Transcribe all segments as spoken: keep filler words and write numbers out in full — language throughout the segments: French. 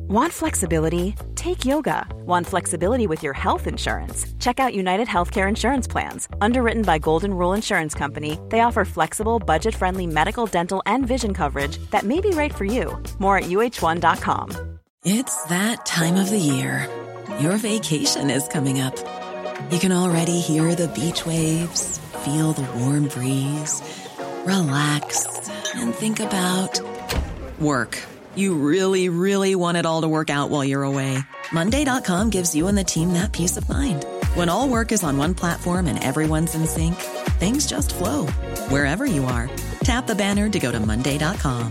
Want flexibility? Take yoga. Want flexibility with your health insurance? Check out United Healthcare Insurance Plans. Underwritten by Golden Rule Insurance Company, they offer flexible, budget-friendly medical, dental, and vision coverage that may be right for you. More at U H one dot com. It's that time of the year. Your vacation is coming up. You can already hear the beach waves, feel the warm breeze, relax, and think about work. You really, really want it all to work out while you're away. Monday dot com gives you and the team that peace of mind. When all work is on one platform and everyone's in sync, things just flow. Wherever you are, tap the banner to go to Monday dot com.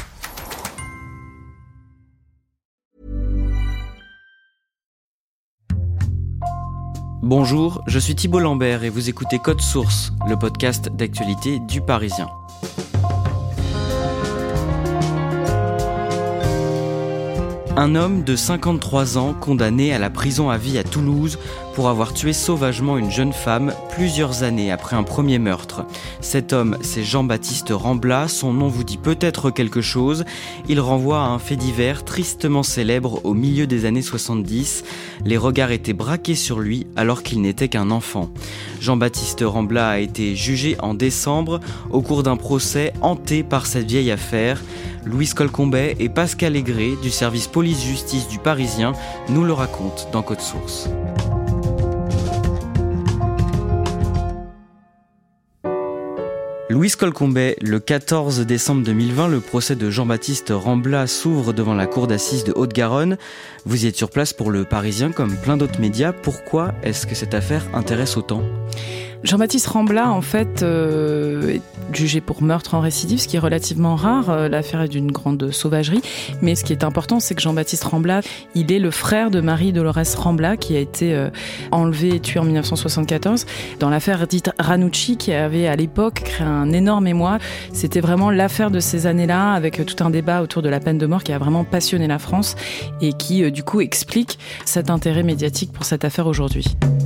Bonjour, je suis Thibault Lambert et vous écoutez Code Source, le podcast d'actualité du Parisien. Un homme de cinquante-trois ans condamné à la prison à vie à Toulouse pour avoir tué sauvagement une jeune femme plusieurs années après un premier meurtre. Cet homme, c'est Jean-Baptiste Rambla, son nom vous dit peut-être quelque chose. Il renvoie à un fait divers tristement célèbre au milieu des années soixante-dix. Les regards étaient braqués sur lui alors qu'il n'était qu'un enfant. Jean-Baptiste Rambla a été jugé en décembre au cours d'un procès hanté par cette vieille affaire. Louise Colcombet et Pascal Aigret du service police-justice du Parisien nous le racontent dans Code Source. Louise Colcombet, le quatorze décembre deux mille vingt, le procès de Jean-Baptiste Rambla s'ouvre devant la cour d'assises de Haute-Garonne. Vous y êtes sur place pour le Parisien comme plein d'autres médias. Pourquoi est-ce que cette affaire intéresse autant ? Jean-Baptiste Rambla, en fait, euh, est jugé pour meurtre en récidive, ce qui est relativement rare. Euh, l'affaire est d'une grande sauvagerie. Mais ce qui est important, c'est que Jean-Baptiste Rambla, il est le frère de Marie-Dolores Rambla, qui a été euh, enlevée et tuée en dix-neuf cent soixante-quatorze dans l'affaire dite Ranucci, qui avait à l'époque créé un énorme émoi. C'était vraiment l'affaire de ces années-là, avec tout un débat autour de la peine de mort qui a vraiment passionné la France et qui, euh, du coup, explique cet intérêt médiatique pour cette affaire aujourd'hui.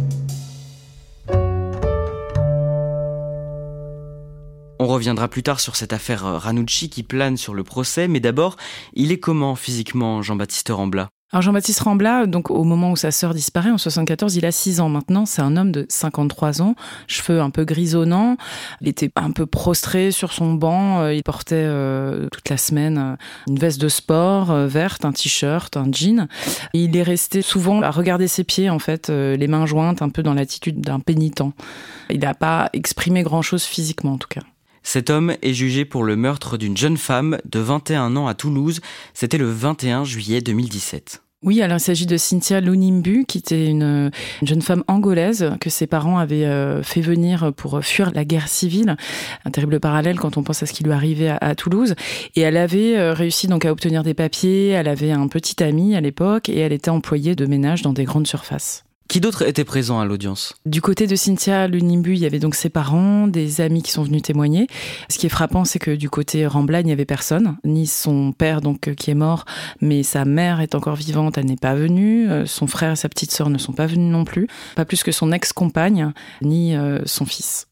On reviendra plus tard sur cette affaire Ranucci qui plane sur le procès, mais d'abord, il est comment physiquement Jean-Baptiste Rambla ? Alors Jean-Baptiste Rambla, donc au moment où sa sœur disparaît en soixante-quatorze, il a six ans maintenant. C'est un homme de cinquante-trois ans, cheveux un peu grisonnants. Il était un peu prostré sur son banc. Il portait euh, toute la semaine une veste de sport euh, verte, un t-shirt, un jean. Et il est resté souvent à regarder ses pieds, en fait, euh, les mains jointes, un peu dans l'attitude d'un pénitent. Il n'a pas exprimé grand-chose physiquement, en tout cas. Cet homme est jugé pour le meurtre d'une jeune femme de vingt et un ans à Toulouse. C'était le vingt et un juillet deux mille dix-sept. Oui, alors il s'agit de Cynthia Lunimbu, qui était une, une jeune femme angolaise que ses parents avaient euh, fait venir pour fuir la guerre civile. Un terrible parallèle quand on pense à ce qui lui arrivait à, à Toulouse. Et elle avait euh, réussi donc à obtenir des papiers. Elle avait un petit ami à l'époque et elle était employée de ménage dans des grandes surfaces. Qui d'autre était présent à l'audience ? Du côté de Cynthia Lunimbu, il y avait donc ses parents, des amis qui sont venus témoigner. Ce qui est frappant, c'est que du côté Rambla, il n'y avait personne, ni son père donc qui est mort, mais sa mère est encore vivante, elle n'est pas venue. Son frère et sa petite sœur ne sont pas venus non plus, pas plus que son ex-compagne, ni euh, son fils.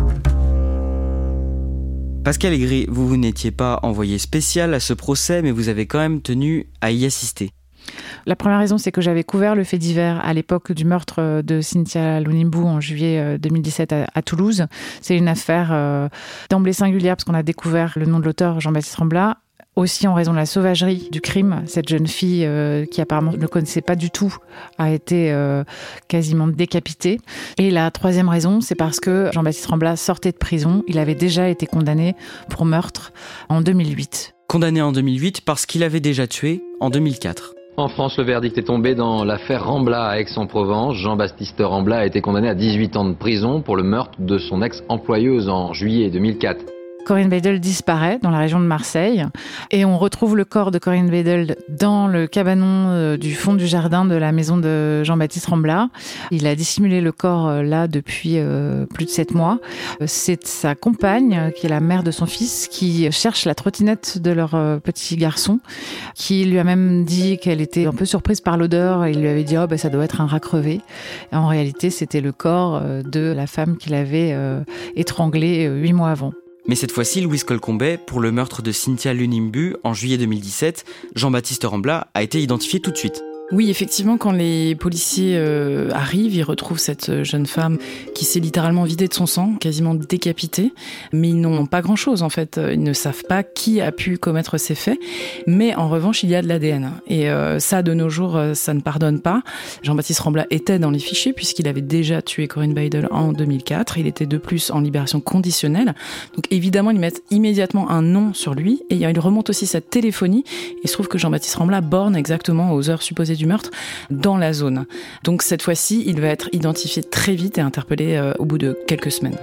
Pascal Aigret, vous, vous n'étiez pas envoyé spécial à ce procès, mais vous avez quand même tenu à y assister. La première raison, c'est que j'avais couvert le fait divers à l'époque du meurtre de Cynthia Lunimbu en juillet deux mille dix-sept à, à Toulouse. C'est une affaire euh, d'emblée singulière parce qu'on a découvert le nom de l'auteur, Jean-Baptiste Rambla. Aussi en raison de la sauvagerie du crime, cette jeune fille euh, qui apparemment ne connaissait pas du tout a été euh, quasiment décapitée. Et la troisième raison, c'est parce que Jean-Baptiste Rambla sortait de prison. Il avait déjà été condamné pour meurtre en deux mille huit. Condamné en deux mille huit parce qu'il avait déjà tué en deux mille quatre. En France, le verdict est tombé dans l'affaire Rambla à Aix-en-Provence. Jean-Baptiste Rambla a été condamné à dix-huit ans de prison pour le meurtre de son ex-employeuse en juillet deux mille quatre. Corinne Beidel disparaît dans la région de Marseille et on retrouve le corps de Corinne Beidel dans le cabanon du fond du jardin de la maison de Jean-Baptiste Rambla. Il a dissimulé le corps là depuis euh, plus de sept mois. C'est sa compagne, qui est la mère de son fils, qui cherche la trottinette de leur euh, petit garçon, qui lui a même dit qu'elle était un peu surprise par l'odeur. Il lui avait dit « Oh, ben, ça doit être un rat crevé ». En réalité, c'était le corps de la femme qu'il avait euh, étranglée huit mois avant. Mais cette fois-ci, Louise Colcombet, pour le meurtre de Cynthia Lunimbu en juillet deux mille dix-sept, Jean-Baptiste Rambla a été identifié tout de suite. Oui, effectivement, quand les policiers euh, arrivent, ils retrouvent cette jeune femme qui s'est littéralement vidée de son sang, quasiment décapitée. Mais ils n'ont pas grand-chose, en fait. Ils ne savent pas qui a pu commettre ces faits. Mais en revanche, il y a de l'A D N. Et euh, ça, de nos jours, ça ne pardonne pas. Jean-Baptiste Rambla était dans les fichiers puisqu'il avait déjà tué Corinne Beidel en deux mille quatre. Il était de plus en libération conditionnelle. Donc évidemment, ils mettent immédiatement un nom sur lui. Et ils remontent aussi sa téléphonie. Et il se trouve que Jean-Baptiste Rambla borne exactement aux heures supposées du meurtre dans la zone. Donc cette fois-ci, il va être identifié très vite et interpellé euh, au bout de quelques semaines.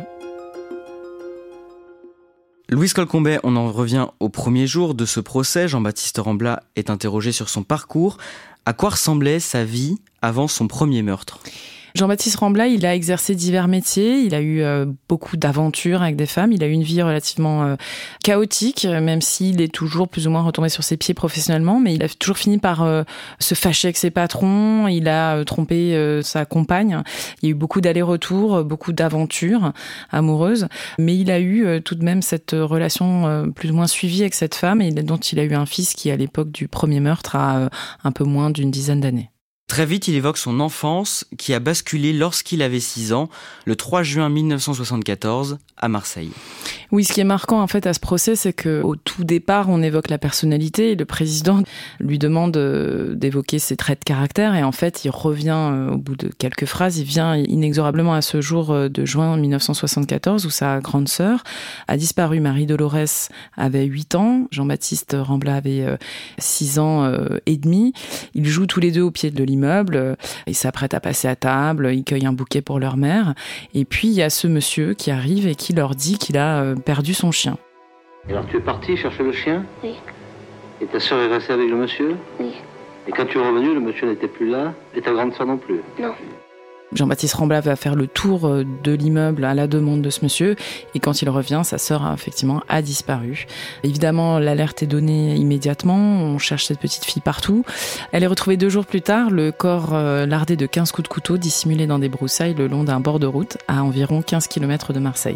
Louise Colcombet, on en revient au premier jour de ce procès. Jean-Baptiste Rambla est interrogé sur son parcours. À quoi ressemblait sa vie avant son premier meurtre ? Jean-Baptiste Rambla, il a exercé divers métiers, il a eu euh, beaucoup d'aventures avec des femmes, il a eu une vie relativement euh, chaotique, même s'il est toujours plus ou moins retombé sur ses pieds professionnellement, mais il a toujours fini par euh, se fâcher avec ses patrons, il a euh, trompé euh, sa compagne, il y a eu beaucoup d'allers-retours, beaucoup d'aventures amoureuses, mais il a eu euh, tout de même cette relation euh, plus ou moins suivie avec cette femme, et dont il a eu un fils qui, à l'époque du premier meurtre, a euh, un peu moins d'une dizaine d'années. Très vite, il évoque son enfance qui a basculé lorsqu'il avait six ans, le trois juin mille neuf cent soixante-quatorze, à Marseille. Oui, ce qui est marquant en fait à ce procès, c'est qu'au tout départ, on évoque la personnalité et le président lui demande d'évoquer ses traits de caractère et en fait, il revient au bout de quelques phrases, il vient inexorablement à ce jour de juin mille neuf cent soixante-quatorze où sa grande sœur a disparu. Marie Dolores avait huit ans, Jean-Baptiste Rambla avait six ans et demi. Ils jouent tous les deux au pied de l'immeuble, ils s'apprêtent à passer à table, ils cueillent un bouquet pour leur mère et puis il y a ce monsieur qui arrive et qui leur dit qu'il a perdu son chien. Et alors tu es parti chercher le chien ? Oui. Et ta sœur est restée avec le monsieur ? Oui. Et quand tu es revenu, le monsieur n'était plus là, et ta grande sœur non plus ? Non. Jean-Baptiste Rambla va faire le tour de l'immeuble à la demande de ce monsieur et quand il revient, sa sœur a effectivement a disparu. Évidemment, l'alerte est donnée immédiatement, on cherche cette petite fille partout. Elle est retrouvée deux jours plus tard, le corps lardé de quinze coups de couteau dissimulé dans des broussailles le long d'un bord de route à environ quinze kilomètres de Marseille.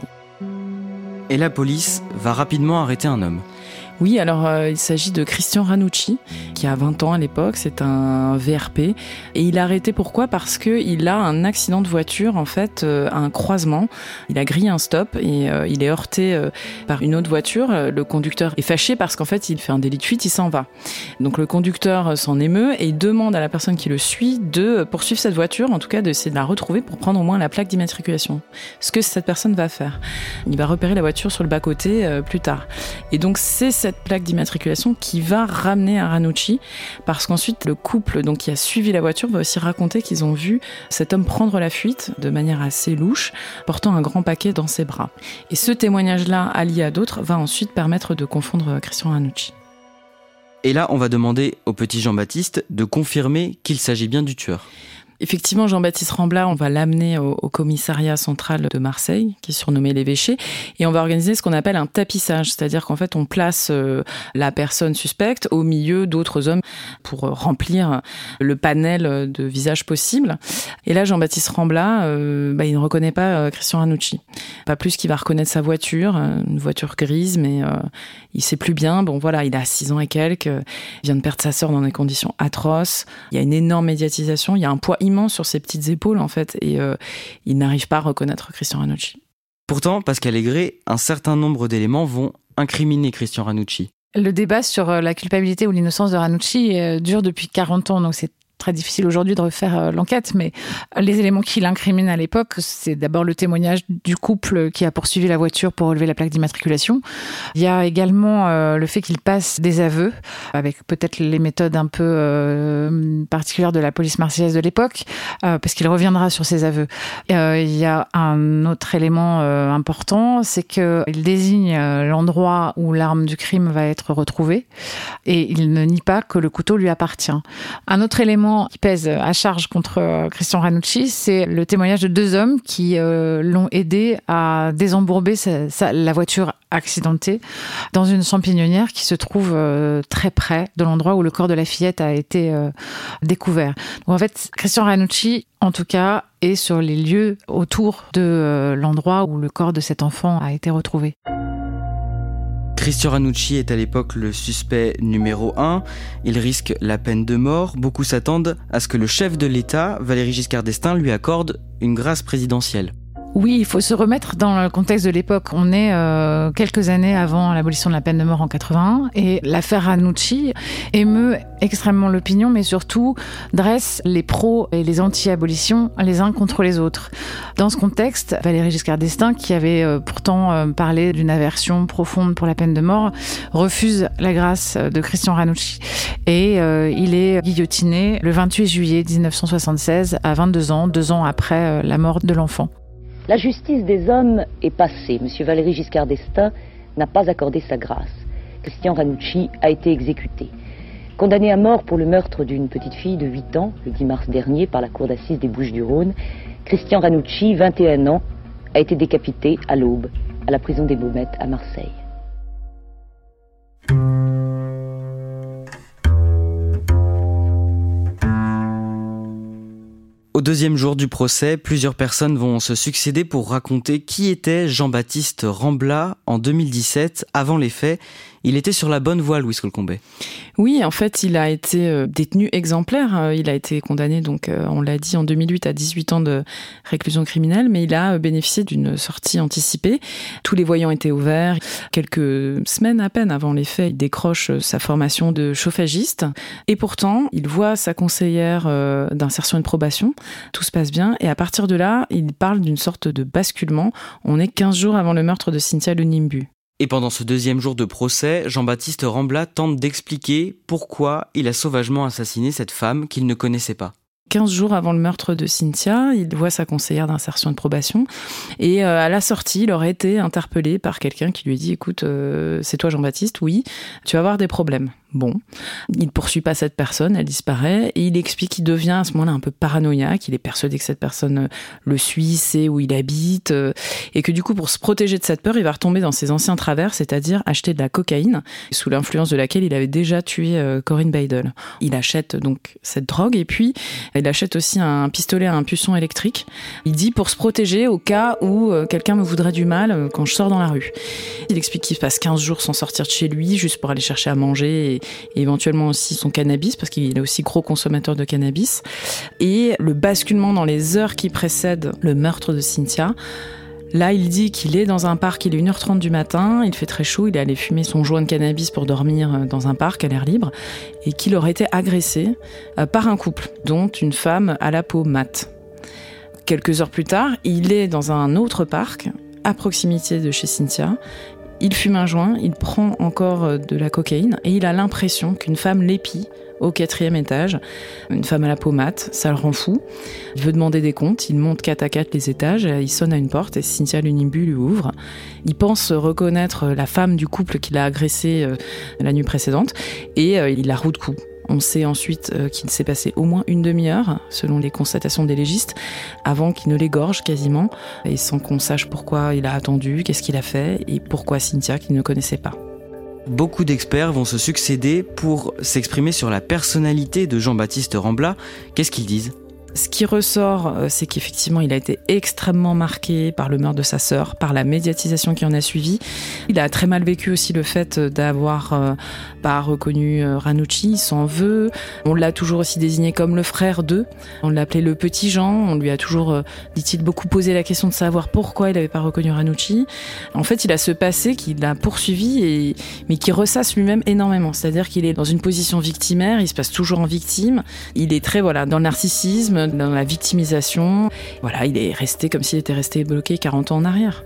Et la police va rapidement arrêter un homme. Oui, alors euh, il s'agit de Christian Ranucci, qui a vingt ans à l'époque, c'est un V R P. Et il est arrêté pourquoi ? Parce qu'il a un accident de voiture, en fait, euh, à un croisement. Il a grillé un stop et euh, il est heurté euh, par une autre voiture. Le conducteur est fâché parce qu'en fait, il fait un délit de fuite, il s'en va. Donc le conducteur s'en émeut et demande à la personne qui le suit de poursuivre cette voiture, en tout cas d'essayer de la retrouver pour prendre au moins la plaque d'immatriculation. Ce que cette personne va faire. Il va repérer la voiture sur le bas-côté euh, plus tard. Et donc c'est cette plaque d'immatriculation qui va ramener à Ranucci parce qu'ensuite le couple donc, qui a suivi la voiture va aussi raconter qu'ils ont vu cet homme prendre la fuite de manière assez louche, portant un grand paquet dans ses bras. Et ce témoignage-là, allié à d'autres, va ensuite permettre de confondre Christian Ranucci. Et là, on va demander au petit Jean-Baptiste de confirmer qu'il s'agit bien du tueur. Effectivement, Jean-Baptiste Rambla, on va l'amener au, au commissariat central de Marseille, qui est surnommé l'Évêché, et on va organiser ce qu'on appelle un tapissage, c'est-à-dire qu'en fait, on place euh, la personne suspecte au milieu d'autres hommes pour euh, remplir le panel de visages possibles. Et là, Jean-Baptiste Rambla, euh, bah, il ne reconnaît pas euh, Christian Ranucci. Pas plus qu'il va reconnaître sa voiture, une voiture grise, mais euh, il sait plus bien. Bon, voilà, il a six ans et quelques, il vient de perdre sa sœur dans des conditions atroces. Il y a une énorme médiatisation, il y a un poids immense sur ses petites épaules en fait et euh, il n'arrive pas à reconnaître Christian Ranucci. Pourtant, Pascal Aigret, un certain nombre d'éléments vont incriminer Christian Ranucci. Le débat sur la culpabilité ou l'innocence de Ranucci euh, dure depuis quarante ans, donc c'est très difficile aujourd'hui de refaire euh, l'enquête, mais les éléments qui l'incriminent à l'époque, c'est d'abord le témoignage du couple qui a poursuivi la voiture pour relever la plaque d'immatriculation. Il y a également euh, le fait qu'il passe des aveux, avec peut-être les méthodes un peu euh, particulières de la police marseillaise de l'époque, euh, parce qu'il reviendra sur ses aveux. Euh, il y a un autre élément euh, important, c'est qu'il désigne l'endroit où l'arme du crime va être retrouvée, et il ne nie pas que le couteau lui appartient. Un autre élément qui pèse à charge contre Christian Ranucci, c'est le témoignage de deux hommes qui euh, l'ont aidé à désembourber sa, sa, la voiture accidentée dans une champignonnière qui se trouve euh, très près de l'endroit où le corps de la fillette a été euh, découvert. Donc en fait, Christian Ranucci, en tout cas, est sur les lieux autour de euh, l'endroit où le corps de cet enfant a été retrouvé. Christian Ranucci est à l'époque le suspect numéro un. Il risque la peine de mort. Beaucoup s'attendent à ce que le chef de l'État, Valéry Giscard d'Estaing, lui accorde une grâce présidentielle. Oui, il faut se remettre dans le contexte de l'époque. On est euh, quelques années avant l'abolition de la peine de mort en quatre-vingt-un et l'affaire Ranucci émeut extrêmement l'opinion, mais surtout dresse les pros et les anti-abolition les uns contre les autres. Dans ce contexte, Valéry Giscard d'Estaing, qui avait euh, pourtant euh, parlé d'une aversion profonde pour la peine de mort, refuse la grâce de Christian Ranucci et euh, il est guillotiné le vingt-huit juillet dix-neuf cent soixante-seize à vingt-deux ans, deux ans après euh, la mort de l'enfant. La justice des hommes est passée. Monsieur Valéry Giscard d'Estaing n'a pas accordé sa grâce. Christian Ranucci a été exécuté. Condamné à mort pour le meurtre d'une petite fille de huit ans, le dix mars dernier, par la cour d'assises des Bouches-du-Rhône, Christian Ranucci, vingt et un ans, a été décapité à l'aube, à la prison des Baumettes à Marseille. Au deuxième jour du procès, plusieurs personnes vont se succéder pour raconter qui était Jean-Baptiste Rambla en deux mille dix-sept, avant les faits. Il était sur la bonne voie, Louise Colcombet. Oui, en fait, il a été détenu exemplaire. Il a été condamné, donc, on l'a dit, en deux mille huit à dix-huit ans de réclusion criminelle, mais il a bénéficié d'une sortie anticipée. Tous les voyants étaient ouverts. Quelques semaines à peine avant les faits, il décroche sa formation de chauffagiste. Et pourtant, il voit sa conseillère d'insertion et de probation. Tout se passe bien. Et à partir de là, il parle d'une sorte de basculement. On est quinze jours avant le meurtre de Cynthia Lunimbu. Et pendant ce deuxième jour de procès, Jean-Baptiste Rambla tente d'expliquer pourquoi il a sauvagement assassiné cette femme qu'il ne connaissait pas. quinze jours avant le meurtre de Cynthia, il voit sa conseillère d'insertion et de probation. Et euh, à la sortie, il aurait été interpellé par quelqu'un qui lui dit « Écoute, euh, c'est toi Jean-Baptiste, oui, tu vas avoir des problèmes. » Bon, il ne poursuit pas cette personne, elle disparaît, et il explique qu'il devient à ce moment-là un peu paranoïaque, il est persuadé que cette personne le suit, sait où il habite, et que du coup, pour se protéger de cette peur, il va retomber dans ses anciens travers, c'est-à-dire acheter de la cocaïne, sous l'influence de laquelle il avait déjà tué Corinne Beidel. Il achète donc cette drogue, et puis il achète aussi un pistolet à impulsion électrique. Il dit pour se protéger au cas où quelqu'un me voudrait du mal quand je sors dans la rue. Il explique qu'il passe quinze jours sans sortir de chez lui, juste pour aller chercher à manger, et et éventuellement aussi son cannabis, parce qu'il est aussi gros consommateur de cannabis. Et le basculement dans les heures qui précèdent le meurtre de Cynthia, là, il dit qu'il est dans un parc, il est une heure trente du matin, il fait très chaud, il est allé fumer son joint de cannabis pour dormir dans un parc à l'air libre, et qu'il aurait été agressé par un couple, dont une femme à la peau mate. Quelques heures plus tard, il est dans un autre parc, à proximité de chez Cynthia. Il fume un joint, il prend encore de la cocaïne et il a l'impression qu'une femme l'épie au quatrième étage. Une femme à la peau mate, ça le rend fou. Il veut demander des comptes, il monte quatre à quatre les étages, il sonne à une porte et Cynthia Lunimbu lui ouvre. Il pense reconnaître la femme du couple qu'il a agressée la nuit précédente et il la roue de coups. On sait ensuite qu'il s'est passé au moins une demi-heure, selon les constatations des légistes, avant qu'il ne l'égorge quasiment, et sans qu'on sache pourquoi il a attendu, qu'est-ce qu'il a fait, et pourquoi Cynthia qu'il ne connaissait pas. Beaucoup d'experts vont se succéder pour s'exprimer sur la personnalité de Jean-Baptiste Rambla. Qu'est-ce qu'ils disent ? Ce qui ressort, c'est qu'effectivement, il a été extrêmement marqué par le meurtre de sa sœur, par la médiatisation qui en a suivi. Il a très mal vécu aussi le fait d'avoir euh, pas reconnu euh, Ranucci, il s'en veut. On l'a toujours aussi désigné comme le frère d'eux. On l'appelait le petit Jean. On lui a toujours, euh, dit-il, beaucoup posé la question de savoir pourquoi il n'avait pas reconnu Ranucci. En fait, il a ce passé qu'il a poursuivi, et, mais qui ressasse lui-même énormément. C'est-à-dire qu'il est dans une position victimaire, il se passe toujours en victime. Il est très, voilà, dans le narcissisme, dans la victimisation. Voilà, il est resté comme s'il était resté bloqué quarante ans en arrière.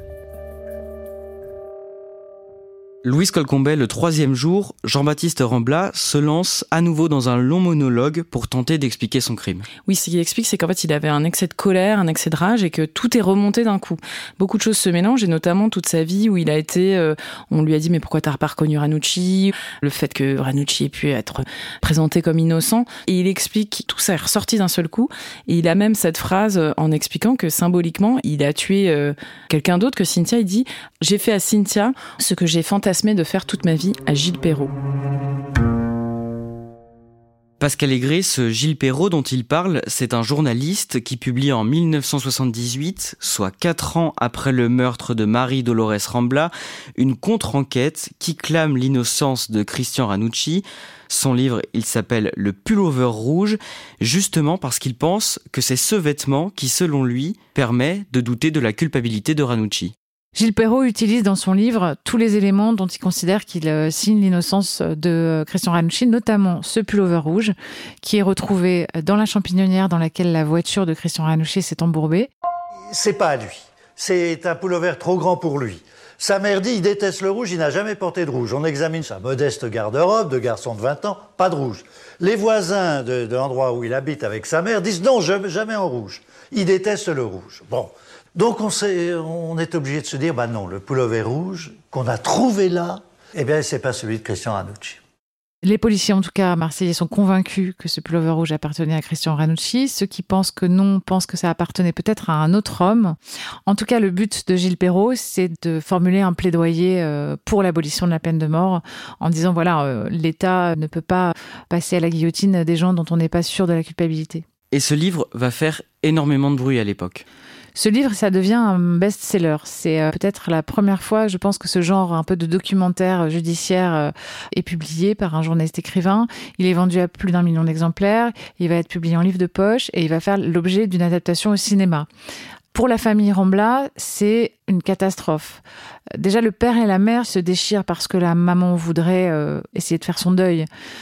Louise Colcombet, le troisième jour, Jean-Baptiste Rambla se lance à nouveau dans un long monologue pour tenter d'expliquer son crime. Oui, ce qu'il explique, c'est qu'en fait, il avait un excès de colère, un excès de rage, et que tout est remonté d'un coup. Beaucoup de choses se mélangent, et notamment toute sa vie où il a été... Euh, on lui a dit « Mais pourquoi t'as pas reconnu Ranucci ?» Le fait que Ranucci ait pu être présenté comme innocent. Et il explique, tout ça est ressorti d'un seul coup. Et il a même cette phrase en expliquant que symboliquement, il a tué euh, quelqu'un d'autre que Cynthia. Il dit « J'ai fait à Cynthia ce que j'ai fantasmé de faire toute ma vie à Gilles Perrault. » Pascal Aigret, ce Gilles Perrault dont il parle, c'est un journaliste qui publie en dix-neuf cent soixante-dix-huit, soit quatre ans après le meurtre de Marie-Dolores Rambla, une contre-enquête qui clame l'innocence de Christian Ranucci. Son livre, il s'appelle « Le pullover rouge », justement parce qu'il pense que c'est ce vêtement qui, selon lui, permet de douter de la culpabilité de Ranucci. Gilles Perrault utilise dans son livre tous les éléments dont il considère qu'il signe l'innocence de Christian Ranucci, notamment ce pullover rouge qui est retrouvé dans la champignonnière dans laquelle la voiture de Christian Ranucci s'est embourbée. C'est pas à lui. C'est un pullover trop grand pour lui. Sa mère dit, il déteste le rouge, il n'a jamais porté de rouge. On examine sa modeste garde-robe de garçon de vingt ans, pas de rouge. Les voisins de, de l'endroit où il habite avec sa mère disent non, jamais en rouge. Il déteste le rouge. Bon. Donc on, on est obligé de se dire, bah non, le pullover rouge qu'on a trouvé là, eh bien c'est pas celui de Christian Ranucci. Les policiers, en tout cas marseillais, sont convaincus que ce pullover rouge appartenait à Christian Ranucci. Ceux qui pensent que non, pensent que ça appartenait peut-être à un autre homme. En tout cas, le but de Gilles Perrault, c'est de formuler un plaidoyer pour l'abolition de la peine de mort en disant, voilà, l'État ne peut pas passer à la guillotine des gens dont on n'est pas sûr de la culpabilité. Et ce livre va faire énormément de bruit à l'époque. Ce livre, ça devient un best-seller. C'est euh, peut-être la première fois, je pense, que ce genre un peu de documentaire judiciaire euh, est publié par un journaliste écrivain. Il est vendu à plus d'un million d'exemplaires. Il va être publié en livre de poche et il va faire l'objet d'une adaptation au cinéma. Pour la famille Rambla, c'est une catastrophe. Déjà, le père et la mère se déchirent parce que la maman voudrait euh, essayer de faire son deuil.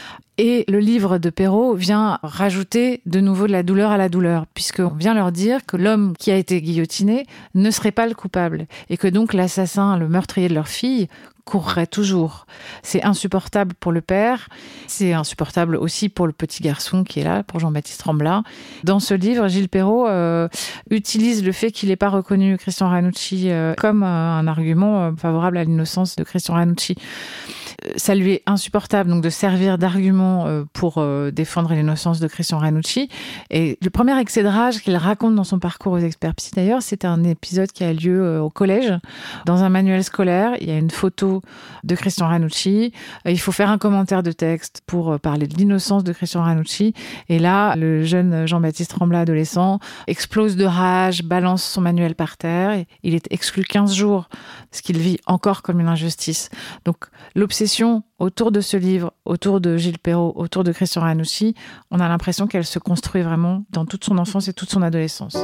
Et le livre de Perrault vient rajouter de nouveau de la douleur à la douleur, puisqu'on vient leur dire que l'homme qui a été guillotiné ne serait pas le coupable, et que donc l'assassin, le meurtrier de leur fille, courrait toujours. C'est insupportable pour le père, c'est insupportable aussi pour le petit garçon qui est là, pour Jean-Baptiste Rambla. Dans ce livre, Gilles Perrault euh, utilise le fait qu'il n'ait pas reconnu Christian Ranucci euh, comme euh, un argument euh, favorable à l'innocence de Christian Ranucci. Ça lui est insupportable donc de servir d'argument euh, pour euh, défendre l'innocence de Christian Ranucci. Et le premier excès de rage qu'il raconte dans son parcours aux experts psy, d'ailleurs, c'est un épisode qui a lieu euh, au collège. Dans un manuel scolaire, il y a une photo de Christian Ranucci. Il faut faire un commentaire de texte pour parler de l'innocence de Christian Ranucci. Et là, le jeune Jean-Baptiste Rambla, adolescent, explose de rage, balance son manuel par terre. Et il est exclu quinze jours, ce qu'il vit encore comme une injustice. Donc, l'obsession autour de ce livre, autour de Gilles Perrault, autour de Christian Ranucci, on a l'impression qu'elle se construit vraiment dans toute son enfance et toute son adolescence.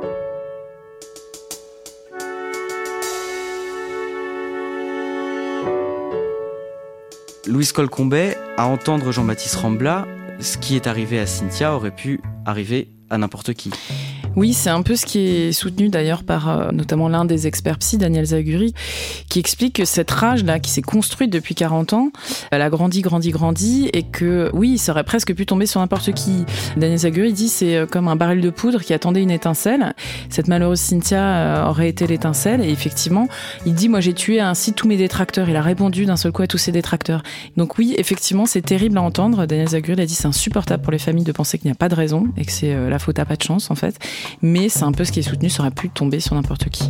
Louise Colcombet, à entendre Jean-Baptiste Rambla, ce qui est arrivé à Cynthia aurait pu arriver à n'importe qui. Oui, c'est un peu ce qui est soutenu d'ailleurs par euh, notamment l'un des experts psy, Daniel Zaguri, qui explique que cette rage-là, qui s'est construite depuis quarante ans, elle a grandi, grandi, grandi, et que oui, ça aurait presque pu tomber sur n'importe qui. Daniel Zaguri dit c'est comme un baril de poudre qui attendait une étincelle. Cette malheureuse Cynthia euh, aurait été l'étincelle, et effectivement, il dit moi j'ai tué ainsi tous mes détracteurs. Il a répondu d'un seul coup à tous ses détracteurs. Donc oui, effectivement, c'est terrible à entendre. Daniel Zaguri a dit c'est insupportable pour les familles de penser qu'il n'y a pas de raison et que c'est euh, la faute à pas de chance en fait. Mais c'est un peu ce qui est soutenu, ça aurait pu tomber sur n'importe qui.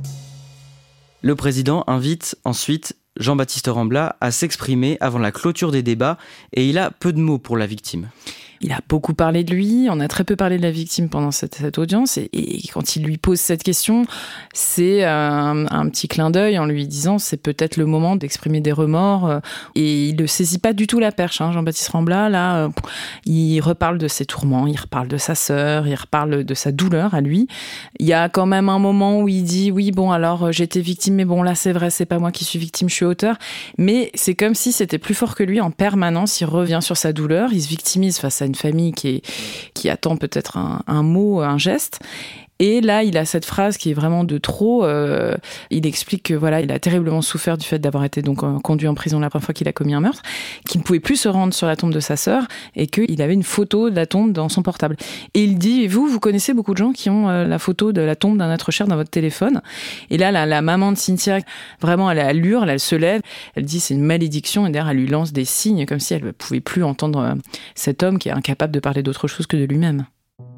Le président invite ensuite Jean-Baptiste Rambla à s'exprimer avant la clôture des débats et il a peu de mots pour la victime. Il a beaucoup parlé de lui, on a très peu parlé de la victime pendant cette, cette audience, et, et quand il lui pose cette question, c'est un, un petit clin d'œil en lui disant c'est peut-être le moment d'exprimer des remords, euh, et il ne saisit pas du tout la perche, hein, Jean-Baptiste Rambla, là, euh, il reparle de ses tourments, il reparle de sa sœur, il reparle de sa douleur à lui. Il y a quand même un moment où il dit oui bon alors j'étais victime, mais bon là c'est vrai, c'est pas moi qui suis victime, je suis auteur, mais c'est comme si c'était plus fort que lui en permanence, il revient sur sa douleur, il se victimise face à une famille qui, est, qui attend peut-être un, un mot, un geste. Et là, il a cette phrase qui est vraiment de trop. Euh, il explique que voilà, il a terriblement souffert du fait d'avoir été donc euh, conduit en prison la première fois qu'il a commis un meurtre, qu'il ne pouvait plus se rendre sur la tombe de sa sœur et qu'il avait une photo de la tombe dans son portable. Et il dit, et vous, vous connaissez beaucoup de gens qui ont euh, la photo de la tombe d'un être cher dans votre téléphone. Et là, la, la maman de Cynthia, vraiment, elle, elle hurle, elle se lève, elle dit c'est une malédiction et derrière, elle lui lance des signes comme si elle ne pouvait plus entendre euh, cet homme qui est incapable de parler d'autre chose que de lui-même.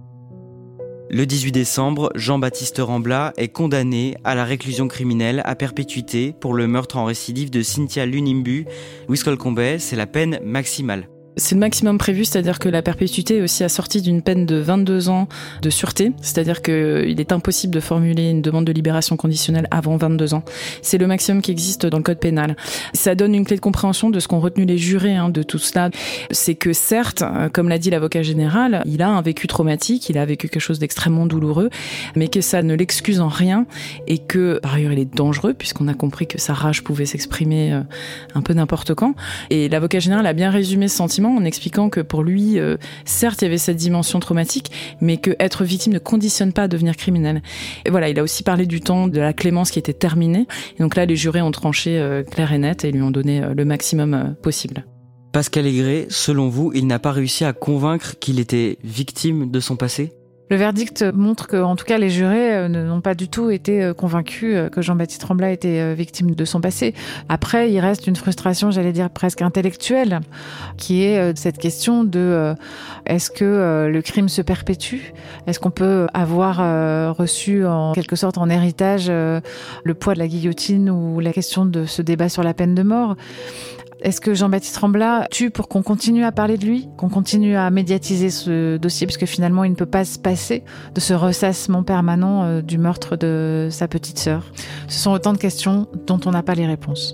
Le dix-huit décembre, Jean-Baptiste Rambla est condamné à la réclusion criminelle à perpétuité pour le meurtre en récidive de Cynthia Lunimbu. Louise Colcombet, c'est la peine maximale. C'est le maximum prévu, c'est-à-dire que la perpétuité est aussi assortie d'une peine de vingt-deux ans de sûreté, c'est-à-dire qu'il est impossible de formuler une demande de libération conditionnelle avant vingt-deux ans. C'est le maximum qui existe dans le code pénal. Ça donne une clé de compréhension de ce qu'ont retenu les jurés hein, de tout cela. C'est que certes, comme l'a dit l'avocat général, il a un vécu traumatique, il a vécu quelque chose d'extrêmement douloureux, mais que ça ne l'excuse en rien et que par ailleurs il est dangereux puisqu'on a compris que sa rage pouvait s'exprimer un peu n'importe quand. Et l'avocat général a bien résumé ce sentiment en expliquant que pour lui, euh, certes, il y avait cette dimension traumatique, mais que être victime ne conditionne pas à devenir criminel. Et voilà, il a aussi parlé du temps de la clémence qui était terminée. Et donc là, les jurés ont tranché euh, clair et net et lui ont donné euh, le maximum euh, possible. Pascal Aigret, selon vous, il n'a pas réussi à convaincre qu'il était victime de son passé ? Le verdict montre que, en tout cas, les jurés n'ont pas du tout été convaincus que Jean-Baptiste Rambla était victime de son passé. Après, il reste une frustration, j'allais dire presque intellectuelle, qui est cette question de est-ce que le crime se perpétue ? Est-ce qu'on peut avoir reçu en quelque sorte en héritage le poids de la guillotine ou la question de ce débat sur la peine de mort ? Est-ce que Jean-Baptiste Rambla tue pour qu'on continue à parler de lui, qu'on continue à médiatiser ce dossier, parce que finalement, il ne peut pas se passer de ce ressassement permanent euh, du meurtre de sa petite sœur. Ce sont autant de questions dont on n'a pas les réponses.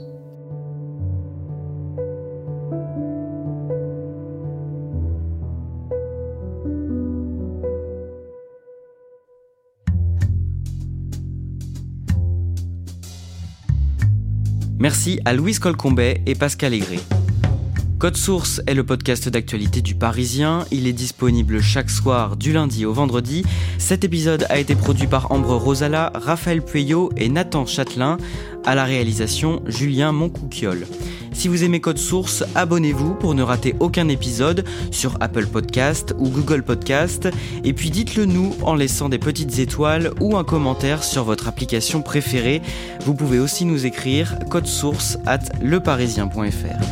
Merci à Louise Colcombet et Pascal Aigret. Code Source est le podcast d'actualité du Parisien. Il est disponible chaque soir du lundi au vendredi. Cet épisode a été produit par Ambre Rosala, Raphaël Pueyo et Nathan Châtelain. À la réalisation, Julien Moncouquiol. Si vous aimez Code Source, abonnez-vous pour ne rater aucun épisode sur Apple Podcast ou Google Podcast. Et puis dites-le nous en laissant des petites étoiles ou un commentaire sur votre application préférée. Vous pouvez aussi nous écrire codesource arobase leparisien point f r.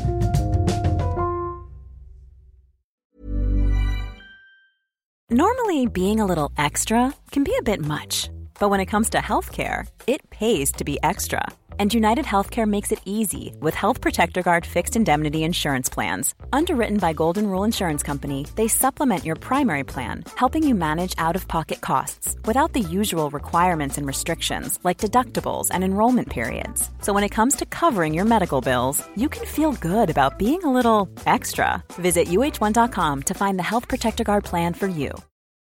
Normally, being a little extra can be a bit much. But when it comes to healthcare, it pays to be extra. And United Healthcare makes it easy with Health Protector Guard fixed indemnity insurance plans. Underwritten by Golden Rule Insurance Company, they supplement your primary plan, helping you manage out-of-pocket costs without the usual requirements and restrictions like deductibles and enrollment periods. So when it comes to covering your medical bills, you can feel good about being a little extra. Visit U H one dot com to find the Health Protector Guard plan for you.